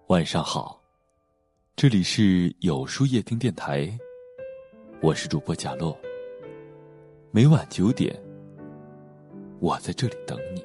晚上好，这里是有书夜听电台，我是主播贾洛。每晚9点，我在这里等你。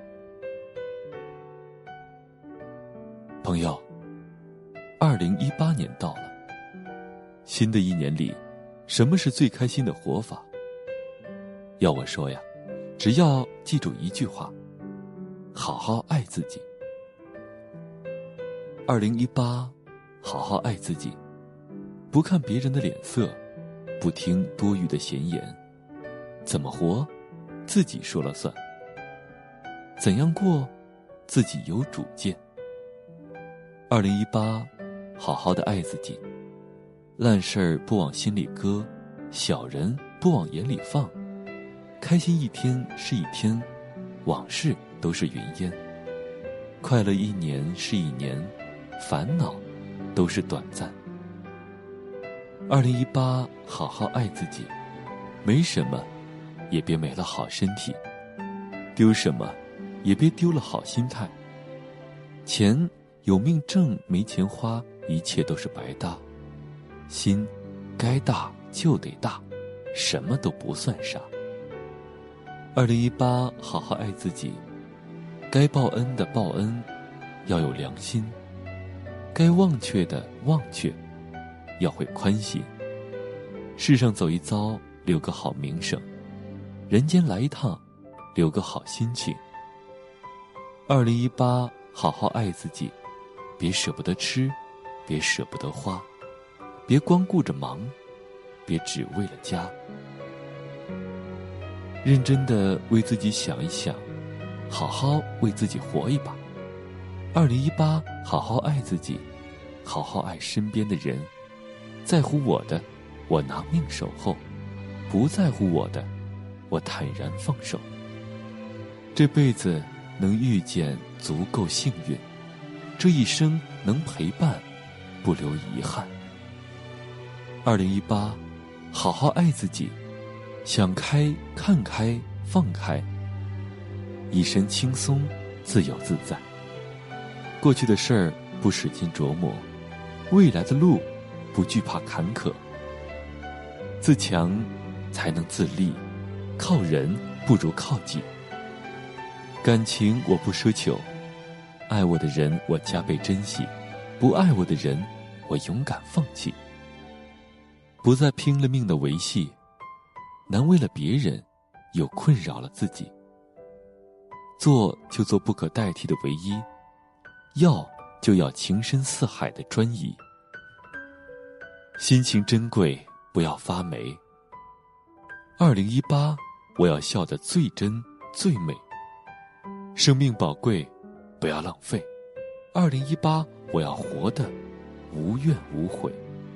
朋友，2018年到了，新的一年里，什么是最开心的活法？要我说呀，只要记住一句话：好好爱自己。2018，好好爱自己，不看别人的脸色，不听多余的闲言，怎么活，自己说了算；怎样过，自己有主见。2018，好好的爱自己，烂事儿不往心里搁，小人不往眼里放，开心一天是一天，往事都是云烟，快乐一年是一年，烦恼都是短暂。2018，好好爱自己，没什么也别没了好身体，丢什么也别丢了好心态。钱有命挣没钱花，一切都是白搭。心该大就得大，什么都不算傻。2018，好好爱自己，该报恩的报恩，要有良心；该忘却的忘却，要会宽心。世上走一遭，留个好名声；人间来一趟，留个好心情。2018，好好爱自己，别舍不得吃，别舍不得花，别光顾着忙，别只为了家。认真的为自己想一想，好好为自己活一把。2018，好好爱自己，好好爱身边的人。在乎我的，我拿命守候；不在乎我的，我坦然放手。这辈子能遇见足够幸运，这一生能陪伴，不留遗憾。2018，好好爱自己，想开看开放开，一身轻松自由自在。过去的事儿不使劲琢磨，未来的路不惧怕坎坷。自强才能自立，靠人不如靠己。感情我不奢求，爱我的人我加倍珍惜，不爱我的人我勇敢放弃。不再拼了命的维系，难为了别人，又困扰了自己。做就做不可代替的唯一，要就要情深似海的专一。心情珍贵，不要发霉。2018，我要笑得最真最美。生命宝贵，不要浪费。2018，我要活得无怨无悔。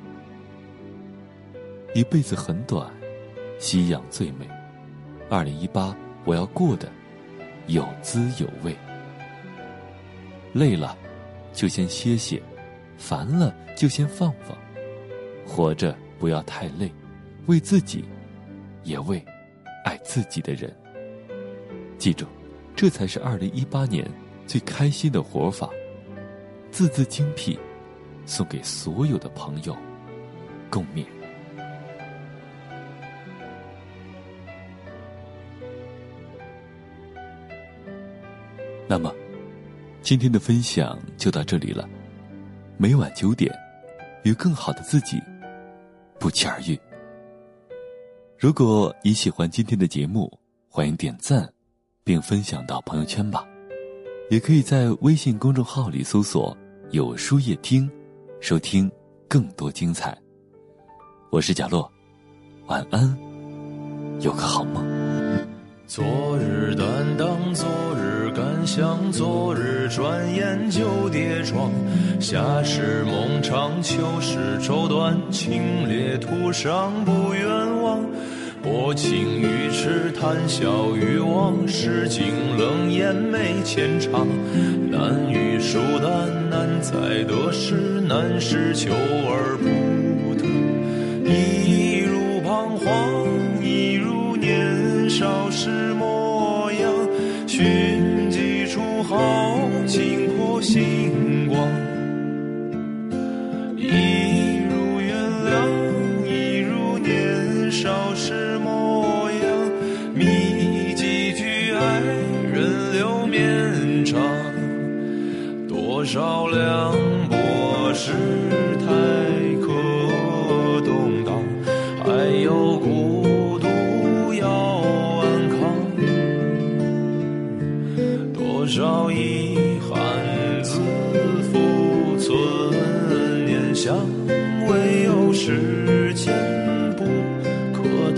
一辈子很短，夕阳最美。2018，我要过得有滋有味。累了就先歇歇，烦了就先放放。活着不要太累，为自己，也为爱自己的人。记住，这才是2018年最开心的活法。字字精辟，送给所有的朋友共勉。那么今天的分享就到这里了。每晚9点，与更好的自己不期而遇。如果你喜欢今天的节目，欢迎点赞并分享到朋友圈吧。也可以在微信公众号里搜索有书夜听，收听更多精彩。我是贾洛，晚安，有个好梦。 昨日担当，昨日感想，昨日转眼就跌撞。夏时梦长，秋时愁短，清冽途上不远望。薄情于痴，谈笑于忘，市井冷眼没浅尝。难于疏淡，难在得失，难是求而不得。一如彷徨，一如年少时模样，寻几处好，惊破星光。 少凉薄世态可动荡，还有孤独要安康。多少遗憾自负存念想，唯有时间不可挡。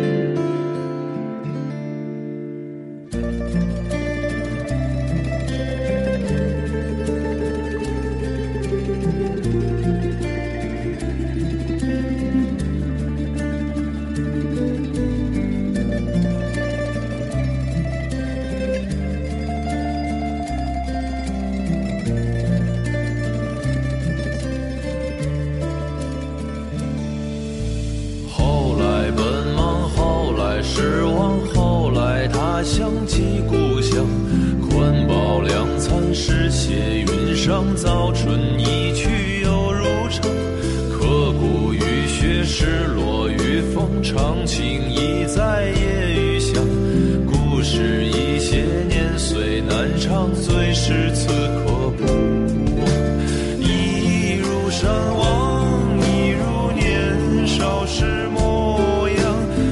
失望，后来他想起故乡，宽饱两餐，诗写云上，早春一去又如常。刻骨雨雪，失落与风，长情已在夜雨响。故事一些年岁难长，最是此刻不忘。一如山望，一如年少时模样，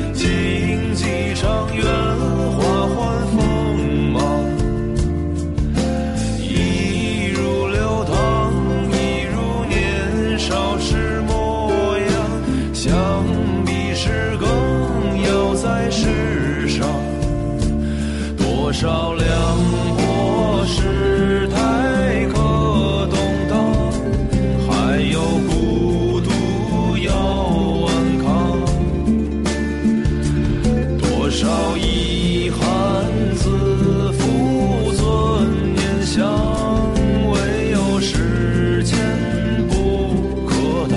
长远花换锋芒，一如流淌，一如年少时模样，想必是更要在世上。多少凉薄世态可动荡，还有孤独要安康。多少遗憾自负存念想，唯有时间不可挡。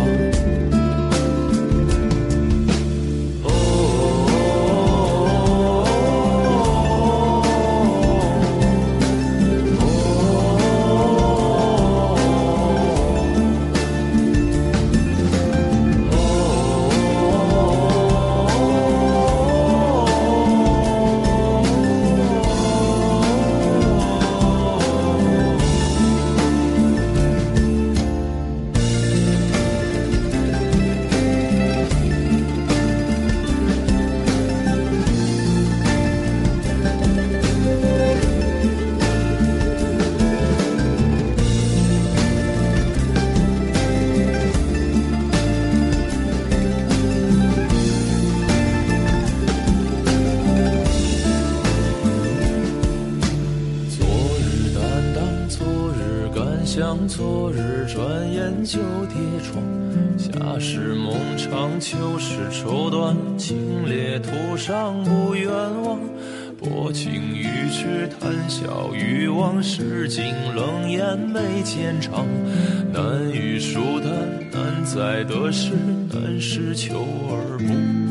想昨日，转眼就跌撞。夏是梦长，秋是绸缎，清冽途上不远望。薄情于痴，谈笑于往事，尽冷眼眉间长。难遇疏淡，难在得失，难是求而不